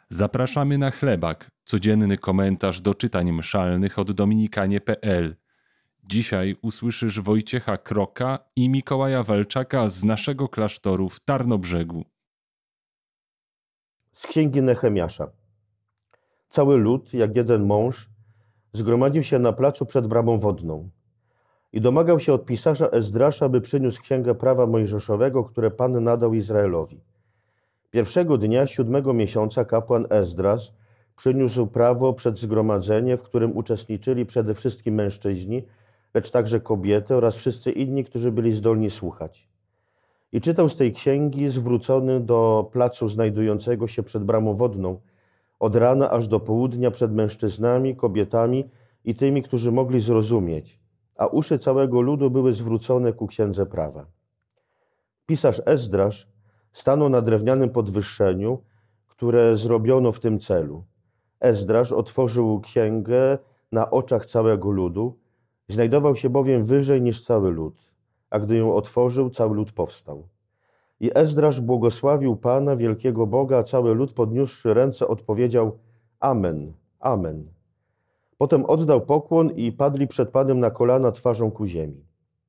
Zapraszamy na Chlebak, codzienny komentarz do czytań mszalnych od dominikanie.pl. Dzisiaj usłyszysz Wojciecha Kroka i Mikołaja Walczaka z naszego klasztoru w Tarnobrzegu. Z księgi Nehemiasza. Cały lud, jak jeden mąż, zgromadził się na placu przed bramą wodną i domagał się od pisarza Ezdrasza, by przyniósł księgę prawa mojżeszowego, które Pan nadał Izraelowi. Pierwszego dnia 7 miesiąca kapłan Ezdras przyniósł prawo przed zgromadzenie, w którym uczestniczyli przede wszystkim mężczyźni, lecz także kobiety oraz wszyscy inni, którzy byli zdolni słuchać. I czytał z tej księgi zwrócony do placu znajdującego się przed bramą wodną, od rana aż do południa przed mężczyznami, kobietami i tymi, którzy mogli zrozumieć, a uszy całego ludu były zwrócone ku księdze prawa. Pisarz Ezdrasz stanął na drewnianym podwyższeniu, które zrobiono w tym celu. Ezdrasz otworzył księgę na oczach całego ludu, znajdował się bowiem wyżej niż cały lud, a gdy ją otworzył, cały lud powstał. I Ezdrasz błogosławił Pana, wielkiego Boga, a cały lud podniósłszy ręce odpowiedział: Amen, Amen. Potem oddał pokłon i padli przed Panem na kolana twarzą ku ziemi.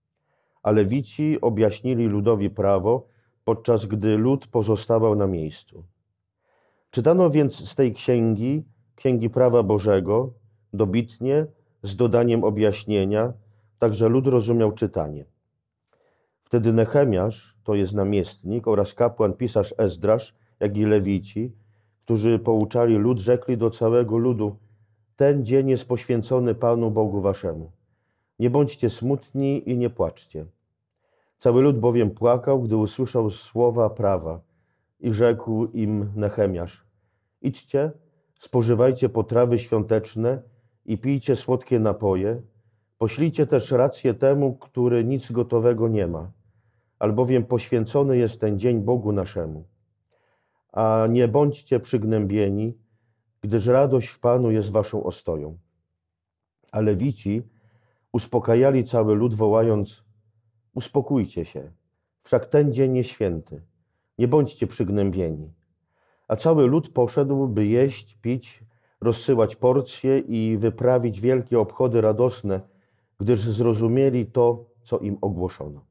A Lewici objaśnili ludowi prawo, podczas gdy lud pozostawał na miejscu. Czytano więc z tej księgi prawa Bożego, dobitnie, z dodaniem objaśnienia, tak że lud rozumiał czytanie. Wtedy Nehemiasz, to jest namiestnik, oraz kapłan pisarz Ezdrasz, jak i Lewici, którzy pouczali lud, rzekli do całego ludu: ten dzień jest poświęcony Panu Bogu waszemu. Nie bądźcie smutni i nie płaczcie. Cały lud bowiem płakał, gdy usłyszał słowa prawa i rzekł im Nehemiasz: idźcie, spożywajcie potrawy świąteczne i pijcie słodkie napoje, poślijcie też rację temu, który nic gotowego nie ma, albowiem poświęcony jest ten dzień Bogu naszemu. A nie bądźcie przygnębieni, gdyż radość w Panu jest waszą ostoją. A Lewici uspokajali cały lud, wołając: uspokójcie się, wszak ten dzień jest święty, nie bądźcie przygnębieni. A cały lud poszedł, by jeść, pić, rozsyłać porcje i wyprawić wielkie obchody radosne, gdyż zrozumieli to, co im ogłoszono.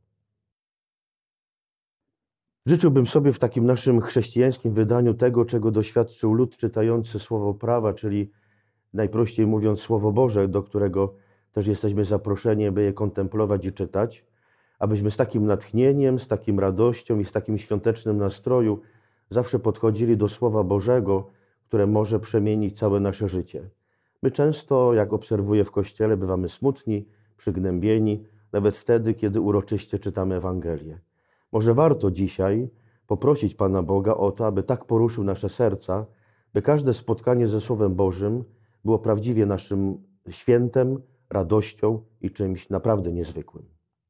Życzyłbym sobie w takim naszym chrześcijańskim wydaniu tego, czego doświadczył lud czytający Słowo Prawa, czyli najprościej mówiąc Słowo Boże, do którego też jesteśmy zaproszeni, by je kontemplować i czytać, abyśmy z takim natchnieniem, z takim radością i z takim świątecznym nastroju zawsze podchodzili do Słowa Bożego, które może przemienić całe nasze życie. My często, jak obserwuję w Kościele, bywamy smutni, przygnębieni, nawet wtedy, kiedy uroczyście czytamy Ewangelię. Może warto dzisiaj poprosić Pana Boga o to, aby tak poruszył nasze serca, by każde spotkanie ze Słowem Bożym było prawdziwie naszym świętem, radością i czymś naprawdę niezwykłym.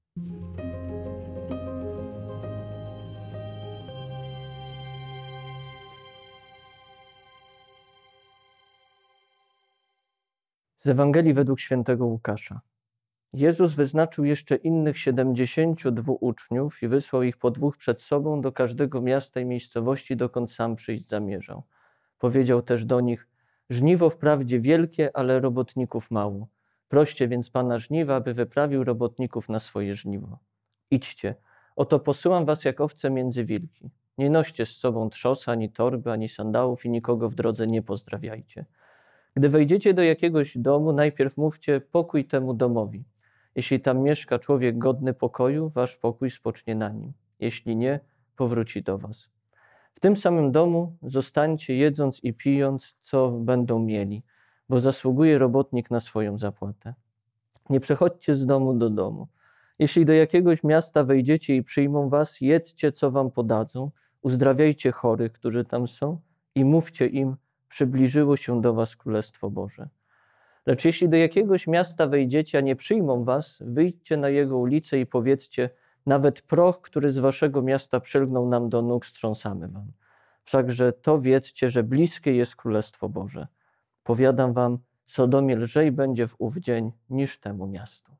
Z Ewangelii według świętego Łukasza. Jezus wyznaczył jeszcze innych 72 uczniów i wysłał ich po 2 przed sobą do każdego miasta i miejscowości, dokąd sam przyjść zamierzał. Powiedział też do nich: żniwo wprawdzie wielkie, ale robotników mało. Proście więc Pana żniwa, aby wyprawił robotników na swoje żniwo. Idźcie, oto posyłam was jak owce między wilki. Nie noście z sobą trzosa, ani torby, ani sandałów i nikogo w drodze nie pozdrawiajcie. Gdy wejdziecie do jakiegoś domu, najpierw mówcie: pokój temu domowi. Jeśli tam mieszka człowiek godny pokoju, wasz pokój spocznie na nim. Jeśli nie, powróci do was. W tym samym domu zostańcie, jedząc i pijąc, co będą mieli, bo zasługuje robotnik na swoją zapłatę. Nie przechodźcie z domu do domu. Jeśli do jakiegoś miasta wejdziecie i przyjmą was, jedzcie, co wam podadzą, uzdrawiajcie chorych, którzy tam są, i mówcie im: przybliżyło się do was Królestwo Boże. Lecz jeśli do jakiegoś miasta wejdziecie, a nie przyjmą was, wyjdźcie na jego ulicę i powiedzcie: nawet proch, który z waszego miasta przylgnął nam do nóg, strząsamy wam. Wszakże to wiedzcie, że bliskie jest Królestwo Boże. Powiadam wam, Sodomie lżej będzie w ów dzień niż temu miastu.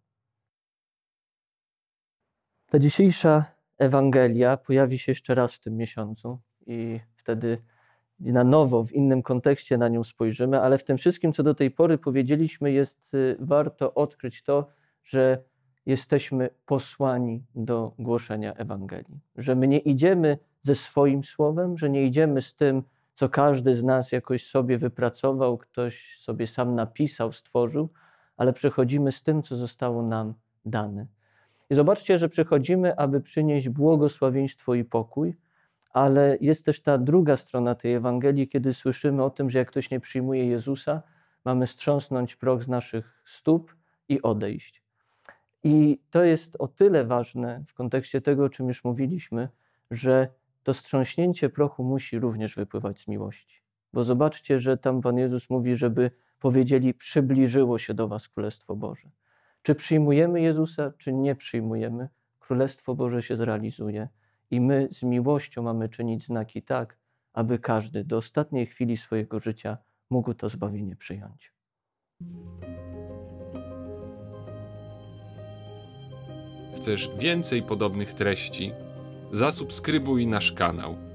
Ta dzisiejsza Ewangelia pojawi się jeszcze raz w tym miesiącu i wtedy na nowo, w innym kontekście na nią spojrzymy, ale w tym wszystkim, co do tej pory powiedzieliśmy, jest warto odkryć to, że jesteśmy posłani do głoszenia Ewangelii. Że my nie idziemy ze swoim słowem, że nie idziemy z tym, co każdy z nas jakoś sobie wypracował, ktoś sobie sam napisał, stworzył, ale przychodzimy z tym, co zostało nam dane. I zobaczcie, że przychodzimy, aby przynieść błogosławieństwo i pokój, ale jest też ta druga strona tej Ewangelii, kiedy słyszymy o tym, że jak ktoś nie przyjmuje Jezusa, mamy strząsnąć proch z naszych stóp i odejść. I to jest o tyle ważne w kontekście tego, o czym już mówiliśmy, że to strząśnięcie prochu musi również wypływać z miłości. Bo zobaczcie, że tam Pan Jezus mówi, żeby powiedzieli, przybliżyło się do was Królestwo Boże. Czy przyjmujemy Jezusa, czy nie przyjmujemy, Królestwo Boże się zrealizuje i my z miłością mamy czynić znaki tak, aby każdy do ostatniej chwili swojego życia mógł to zbawienie przyjąć. Chcesz więcej podobnych treści? Zasubskrybuj nasz kanał.